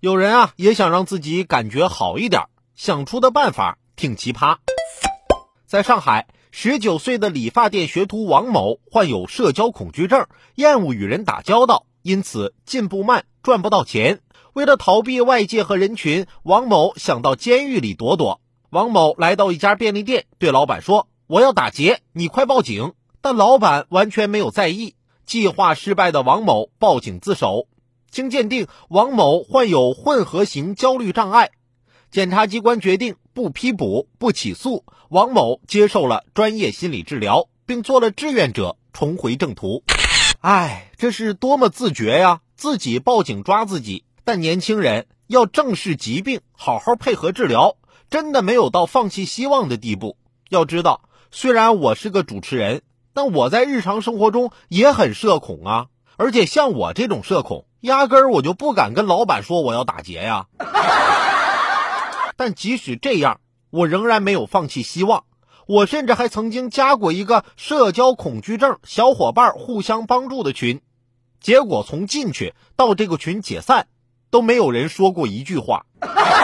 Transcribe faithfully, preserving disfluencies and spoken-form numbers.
有人啊也想让自己感觉好一点，想出的办法挺奇葩。在上海，十九岁的理发店学徒王某患有社交恐惧症，厌恶与人打交道，因此进步慢，赚不到钱。为了逃避外界和人群，王某想到监狱里躲躲。王某来到一家便利店，对老板说：“我要打劫，你快报警。”但老板完全没有在意。计划失败的王某报警自首。经鉴定，王某患有混合型焦虑障碍。检察机关决定不批捕、不起诉，王某接受了专业心理治疗，并做了志愿者，重回正途。唉，这是多么自觉呀！自己报警抓自己。但年轻人要正视疾病，好好配合治疗，真的没有到放弃希望的地步。要知道，虽然我是个主持人，但我在日常生活中也很社恐啊。而且像我这种社恐，压根儿我就不敢跟老板说我要打劫呀。但即使这样，我仍然没有放弃希望。我甚至还曾经加过一个社交恐惧症小伙伴互相帮助的群，结果从进去到这个群解散，都没有人说过一句话。